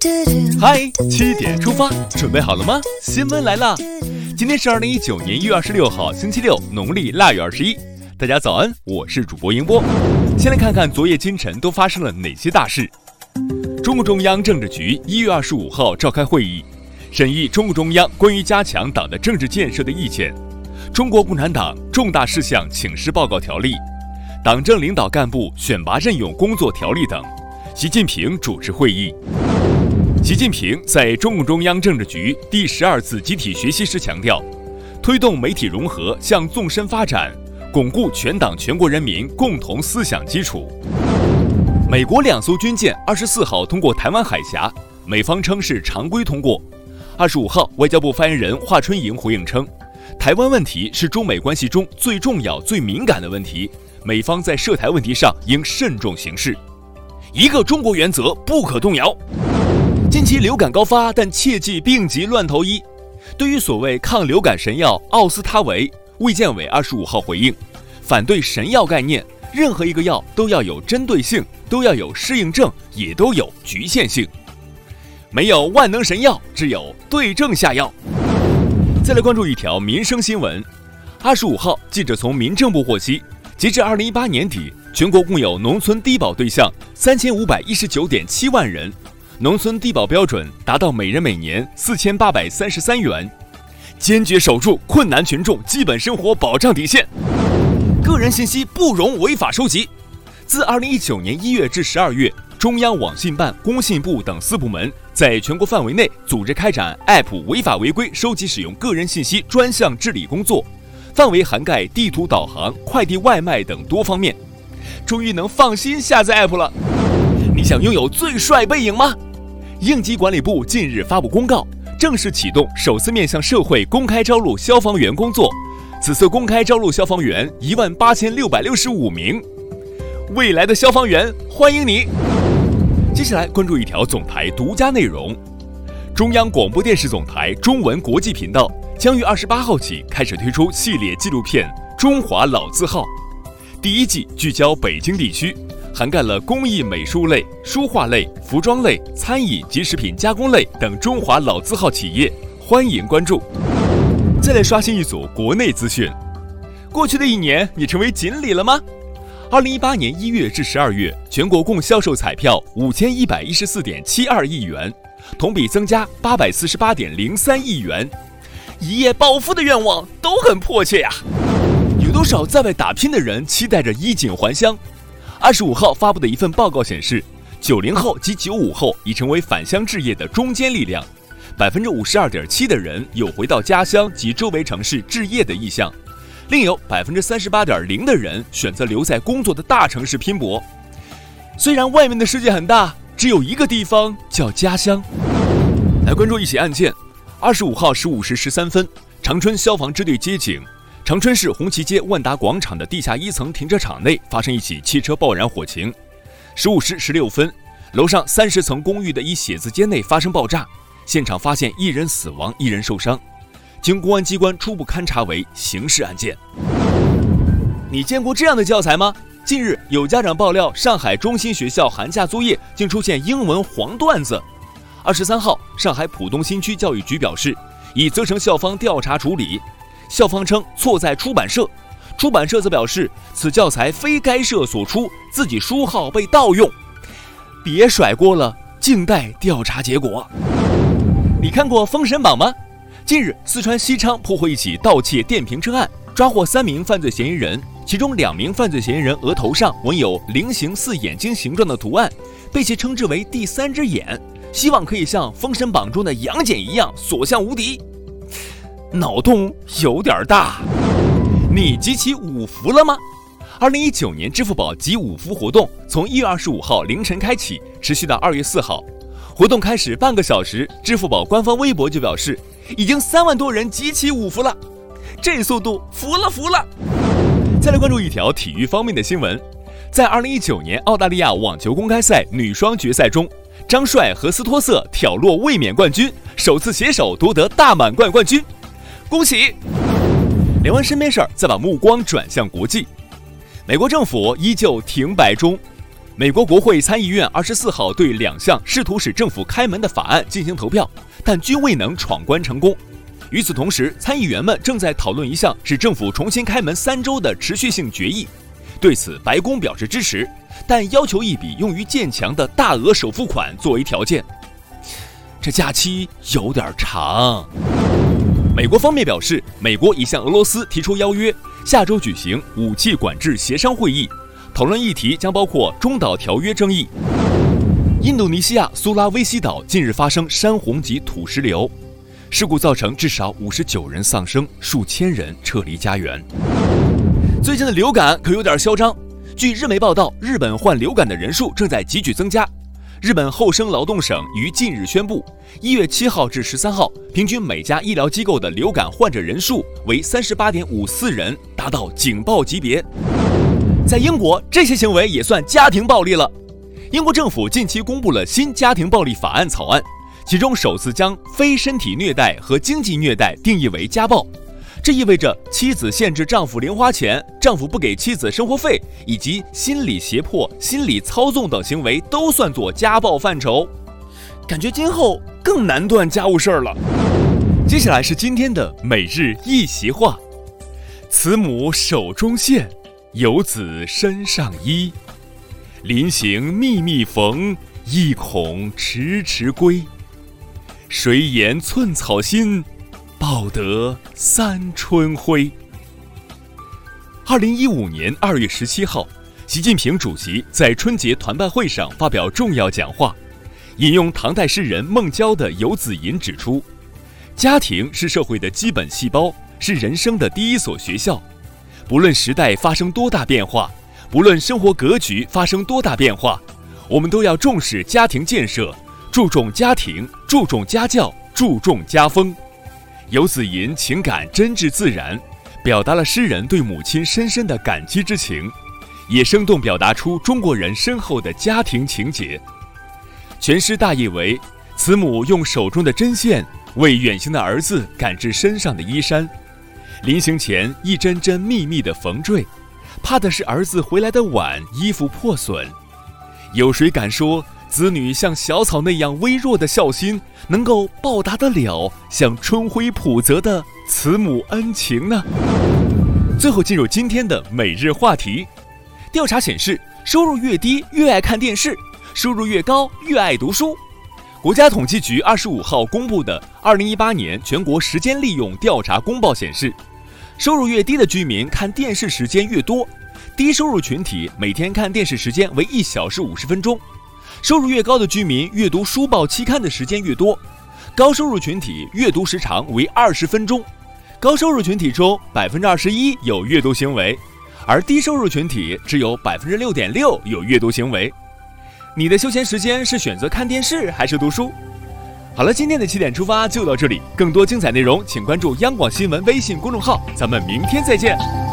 嗨，7点出发，准备好了吗？新闻来啦！今天是2019年1月26号，星期六，农历腊月21。大家早安，我是主播迎波。先来看看昨夜今晨都发生了哪些大事。中共中央政治局1月25号召开会议，审议中共中央关于加强党的政治建设的意见、中国共产党重大事项请示报告条例、党政领导干部选拔任用工作条例等。习近平主持会议。习近平在中共中央政治局第12次集体学习时强调，推动媒体融合向纵深发展，巩固全党全国人民共同思想基础。美国2艘军舰24号通过台湾海峡，美方称是常规通过。25号，外交部发言人华春莹回应称，台湾问题是中美关系中最重要、最敏感的问题，美方在涉台问题上应慎重行事。一个中国原则不可动摇。近期流感高发，但切忌病急乱投医。对于所谓抗流感神药奥司他韦，卫健委25号回应，反对神药概念，任何一个药都要有针对性，都要有适应症，也都有局限性。没有万能神药，只有对症下药。再来关注一条民生新闻。25号，记者从民政部获悉，截至2018年底，全国共有农村低保对象3519.7万人，农村低保标准达到每人每年4833元，坚决守住困难群众基本生活保障底线。个人信息不容违法收集。自2019年1月至12月，中央网信办、工信部等4部门在全国范围内组织开展 App 违法违规收集使用个人信息专项治理工作，范围涵盖地图导航、快递外卖等多方面。终于能放心下载 App 了。你想拥有最帅背影吗？应急管理部近日发布公告，正式启动首次面向社会公开招录消防员工作。此次公开招录消防员18665名，未来的消防员欢迎你。接下来关注一条总台独家内容。中央广播电视总台中文国际频道将于28号起开始推出系列纪录片《中华老字号》。第1季聚焦北京地区，涵盖了工艺美术类、书画类、服装类、餐饮及食品加工类等中华老字号企业，欢迎关注。再来刷新一组国内资讯。过去的1年，你成为锦鲤了吗？2018年1月至12月，全国共销售彩票5114.72亿元，同比增加848.03亿元。一夜暴富的愿望都很迫切呀。有多少在外打拼的人期待着衣锦还乡？25号发布的一份报告显示，90后及95后已成为返乡置业的中坚力量，52.7%的人有回到家乡及周围城市置业的意向，另有38.0%的人选择留在工作的大城市拼搏。虽然外面的世界很大，只有一个地方叫家乡。来关注一起案件。25号15时13分，长春消防支队接警，长春市红旗街万达广场的地下1层停车场内发生一起汽车爆燃火情。15时16分，楼上30层公寓的一写字间内发生爆炸，现场发现1人死亡，1人受伤，经公安机关初步勘查为刑事案件。你见过这样的教材吗？近日有家长爆料，上海中心学校寒假作业竟出现英文黄段子。23号，上海浦东新区教育局表示，已责成校方调查处理。校方称错在出版社，出版社则表示此教材非该社所出，自己书号被盗用。别甩锅了，静待调查结果。你看过《封神榜》吗？近日，四川西昌破获一起盗窃电瓶车案，抓获3名犯罪嫌疑人，其中2名犯罪嫌疑人额头上纹有菱形4眼睛形状的图案，被其称之为第3只眼，希望可以像《封神榜》中的杨戬一样所向无敌。脑洞有点大。你集齐5福了吗？2019年支付宝集5福活动从1月25号凌晨开启，持续到2月4号。活动开始半个小时，支付宝官方微博就表示，已经3万多人集齐5福了，这速度服了服了。再来关注一条体育方面的新闻。在2019年澳大利亚网球公开赛女双决赛中，张帅和斯托瑟挑落卫冕冠军，首次携手夺得大满贯冠军，恭喜！聊完身边事儿，再把目光转向国际。美国政府依旧停摆中。 美国国会参议院24号对2项试图使政府开门的法案进行投票，但均未能闯关成功。与此同时，参议员们正在讨论一项使政府重新开门3周的持续性决议。对此，白宫表示支持，但要求一笔用于建墙的大额首付款作为条件。这假期有点长。美国方面表示，美国已向俄罗斯提出邀约，下周举行武器管制协商会议，讨论议题将包括中导条约争议。印度尼西亚苏拉威西岛近日发生山洪级土石流，事故造成至少59人丧生，数千人撤离家园。最近的流感可有点嚣张，据日媒报道，日本患流感的人数正在急剧增加。日本厚生劳动省于近日宣布，1月7号至13号，平均每家医疗机构的流感患者人数为38.54人，达到警报级别。在英国，这些行为也算家庭暴力了。英国政府近期公布了新家庭暴力法案草案，其中首次将非身体虐待和经济虐待定义为家暴。这意味着妻子限制丈夫零花钱，丈夫不给妻子生活费，以及心理胁迫、心理操纵等行为都算作家暴范畴。感觉今后更难断家务事儿了。接下来是今天的每日一席话：慈母手中线，游子身上衣。临行密密缝，意恐迟迟归。谁言寸草心，报得三春晖。2015年2月17号，习近平主席在春节团拜会上发表重要讲话，引用唐代诗人孟郊的《游子吟》指出，家庭是社会的基本细胞，是人生的第一所学校。不论时代发生多大变化，不论生活格局发生多大变化，我们都要重视家庭建设，注重家庭，注重家教，注重家风。游子吟情感真挚自然，表达了诗人对母亲深深的感激之情，也生动表达出中国人深厚的家庭情结。全诗大意为：慈母用手中的针线为远行的儿子赶制身上的衣衫，临行前一针针密密的缝缀，怕的是儿子回来的晚，衣服破损。有谁敢说子女像小草那样微弱的孝心，能够报答得了像春晖普泽的慈母恩情呢？最后进入今天的每日话题。调查显示，收入越低越爱看电视，收入越高越爱读书。国家统计局25号公布的2018年全国时间利用调查公报显示，收入越低的居民看电视时间越多，低收入群体每天看电视时间为1小时50分钟。收入越高的居民阅读书报期刊的时间越多，高收入群体阅读时长为20分钟。高收入群体中21%有阅读行为，而低收入群体只有6.6%有阅读行为。你的休闲时间是选择看电视还是读书？好了，今天的7点出发就到这里，更多精彩内容请关注央广新闻微信公众号，咱们明天再见。